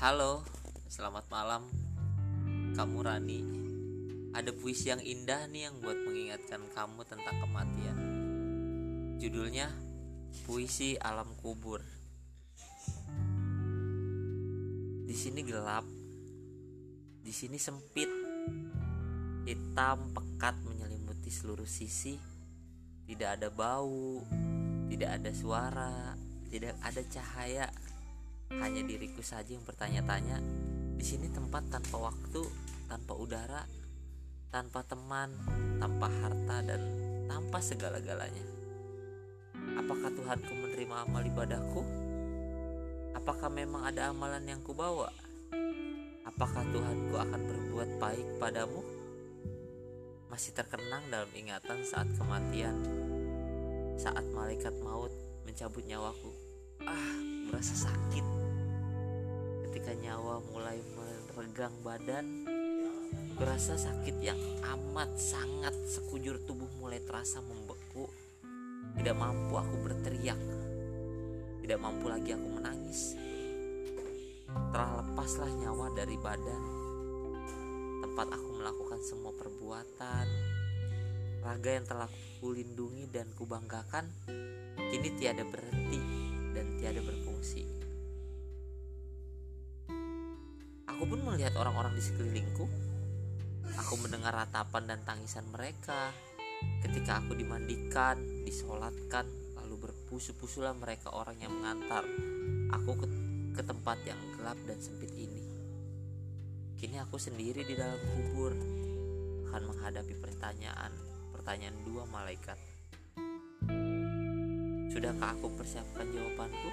Halo, selamat malam kamu Rani. Ada puisi yang indah nih yang buat mengingatkan kamu tentang kematian. Judulnya Puisi Alam Kubur. Di sini gelap, di sini sempit, hitam pekat menyelimuti seluruh sisi. Tidak ada bau, tidak ada suara, tidak ada cahaya. Hanya diriku saja yang bertanya-tanya. Di sini tempat tanpa waktu, tanpa udara, tanpa teman, tanpa harta, dan tanpa segala-galanya. Apakah Tuhanku menerima amal ibadahku? Apakah memang ada amalan yang kubawa? Apakah Tuhanku akan berbuat baik padamu? Masih terkenang dalam ingatan saat kematian, saat malaikat maut mencabut nyawaku. Merasa sakit ketika nyawa mulai meregang badan. Berasa sakit yang amat sangat, sekujur tubuh mulai terasa membeku. Tidak mampu aku berteriak, tidak mampu lagi aku menangis. Telah lepaslah nyawa dari badan, tempat aku melakukan semua perbuatan. Raga yang telah kulindungi dan kubanggakan kini tiada berhenti dan tiada berfungsi. Aku pun melihat orang-orang di sekelilingku. Aku mendengar ratapan dan tangisan mereka ketika aku dimandikan, disolatkan, lalu berpusu-pusulah mereka orang yang mengantar aku ke tempat yang gelap dan sempit ini. Kini aku sendiri di dalam kubur akan menghadapi pertanyaan dua malaikat. Sudahkah aku persiapkan jawabanku?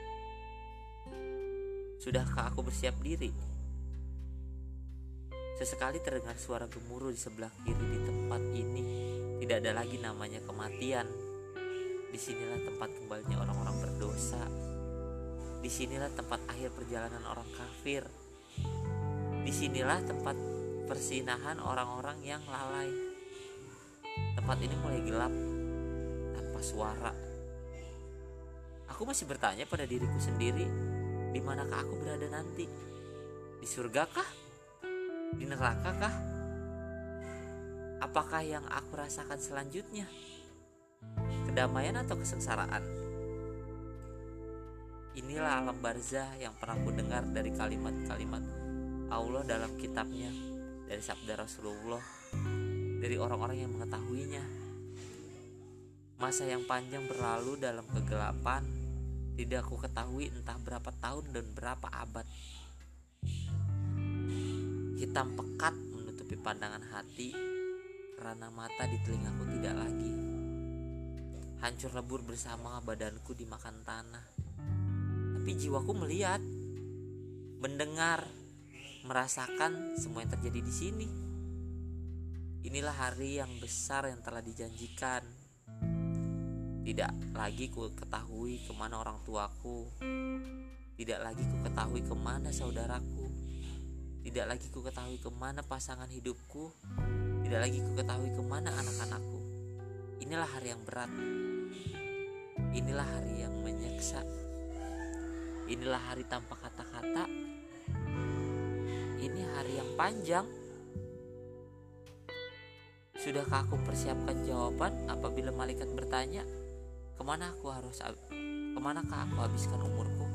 Sudahkah aku bersiap diri? Sesekali terdengar suara gemuruh di sebelah kiri. Di tempat ini tidak ada lagi namanya kematian. Disinilah tempat kembalinya orang-orang berdosa. Disinilah tempat akhir perjalanan orang kafir. Disinilah tempat persinahan orang-orang yang lalai. Tempat ini mulai gelap tanpa suara. Aku masih bertanya pada diriku sendiri, di manakah aku berada nanti? Di surga kah? Di neraka kah? Apakah yang aku rasakan selanjutnya? Kedamaian atau kesengsaraan? Inilah alam barzah yang pernah ku dengar dari kalimat-kalimat Allah dalam kitabnya, dari sabda Rasulullah, dari orang-orang yang mengetahuinya. Masa yang panjang berlalu dalam kegelapan, tidak aku ketahui entah berapa tahun dan berapa abad. Hitam pekat menutupi pandangan hati, kerana mata di telingaku tidak lagi. Hancur lebur bersama badanku dimakan tanah. Tapi jiwaku melihat, mendengar, merasakan semua yang terjadi di sini. Inilah hari yang besar yang telah dijanjikan. Tidak lagi ku ketahui kemana orang tuaku. Tidak lagi ku ketahui kemana saudaraku. Tidak lagi ku ketahui kemana pasangan hidupku. Tidak lagi ku ketahui kemana anak-anakku. Inilah hari yang berat. Inilah hari yang menyiksa. Inilah hari tanpa kata-kata. Ini hari yang panjang. Sudahkah aku persiapkan jawaban apabila malaikat bertanya, kemanakah aku habiskan umurku?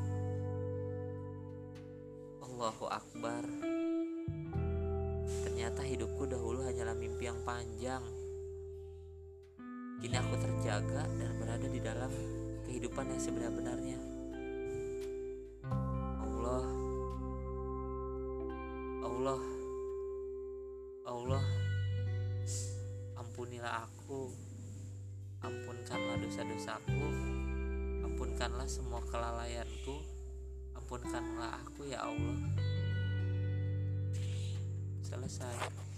Allahu Akbar. Ternyata hidupku dahulu hanyalah mimpi yang panjang. Kini aku terjaga dan berada di dalam kehidupan yang sebenar-benarnya. Allah, ampunilah aku, ampunkanlah dosa-dosaku, ampunkanlah semua kelalaianku, ampunkanlah aku ya Allah. Selesai.